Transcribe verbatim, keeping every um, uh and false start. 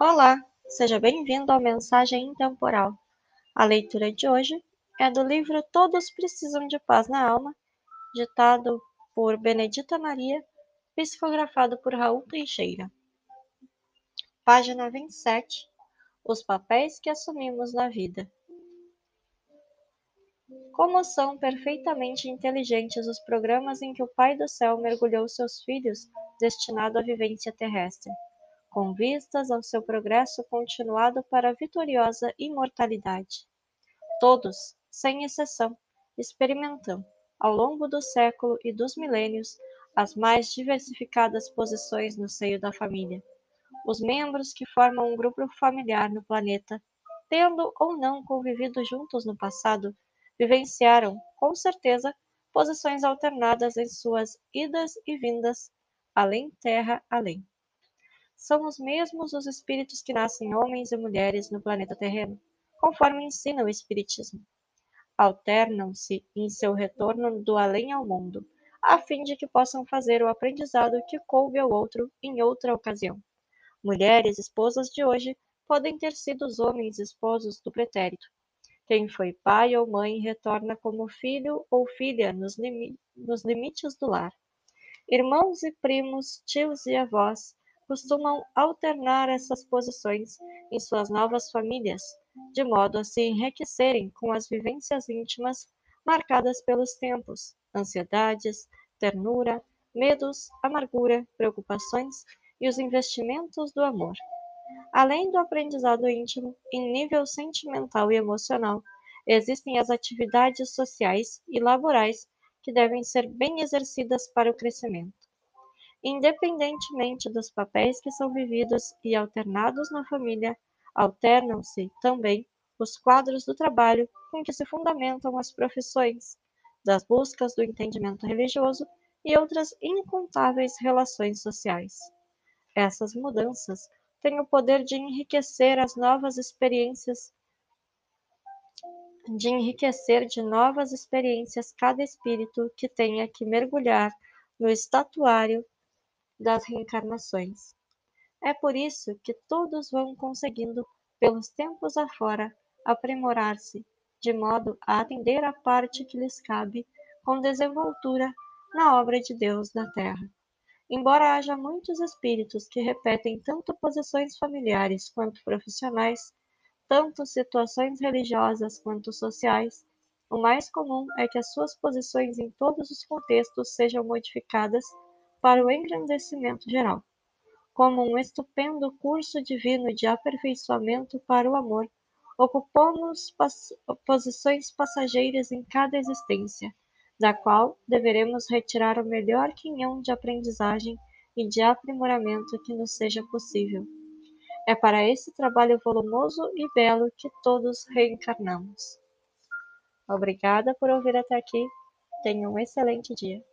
Olá, seja bem-vindo ao Mensagem Intemporal. A leitura de hoje é do livro Todos Precisam de Paz na Alma, ditado por Benedita Maria, psicografado por Raul Teixeira. Página vinte e sete. Os papéis que assumimos na vida. Como são perfeitamente inteligentes os programas em que o Pai do Céu mergulhou seus filhos destinado à vivência terrestre, com vistas ao seu progresso continuado para a vitoriosa imortalidade. Todos, sem exceção, experimentam, ao longo do século e dos milênios, as mais diversificadas posições no seio da família. Os membros que formam um grupo familiar no planeta, tendo ou não convivido juntos no passado, vivenciaram, com certeza, posições alternadas em suas idas e vindas, além terra além. São os mesmos os espíritos que nascem homens e mulheres no planeta terreno, conforme ensina o Espiritismo. Alternam-se em seu retorno do além ao mundo, a fim de que possam fazer o aprendizado que coube ao outro em outra ocasião. Mulheres esposas de hoje podem ter sido os homens esposos do pretérito. Quem foi pai ou mãe retorna como filho ou filha nos, limi nos limites do lar. Irmãos e primos, tios e avós costumam alternar essas posições em suas novas famílias, de modo a se enriquecerem com as vivências íntimas marcadas pelos tempos, ansiedades, ternura, medos, amargura, preocupações e os investimentos do amor. Além do aprendizado íntimo, em nível sentimental e emocional, existem as atividades sociais e laborais que devem ser bem exercidas para o crescimento. Independentemente dos papéis que são vividos e alternados na família, alternam-se também os quadros do trabalho com que se fundamentam as profissões, das buscas do entendimento religioso e outras incontáveis relações sociais. Essas mudanças têm o poder de enriquecer as novas experiências, de enriquecer de novas experiências cada espírito que tenha que mergulhar no estatuário das reencarnações. É por isso que todos vão conseguindo, pelos tempos afora, aprimorar-se, de modo a atender à parte que lhes cabe com desenvoltura na obra de Deus na Terra. Embora haja muitos espíritos que repetem tanto posições familiares quanto profissionais, tanto situações religiosas quanto sociais, o mais comum é que as suas posições em todos os contextos sejam modificadas para o engrandecimento geral. Como um estupendo curso divino de aperfeiçoamento para o amor, ocupamos pas- posições passageiras em cada existência, da qual deveremos retirar o melhor quinhão de aprendizagem e de aprimoramento que nos seja possível. É para esse trabalho volumoso e belo que todos reencarnamos. Obrigada por ouvir até aqui. Tenha um excelente dia.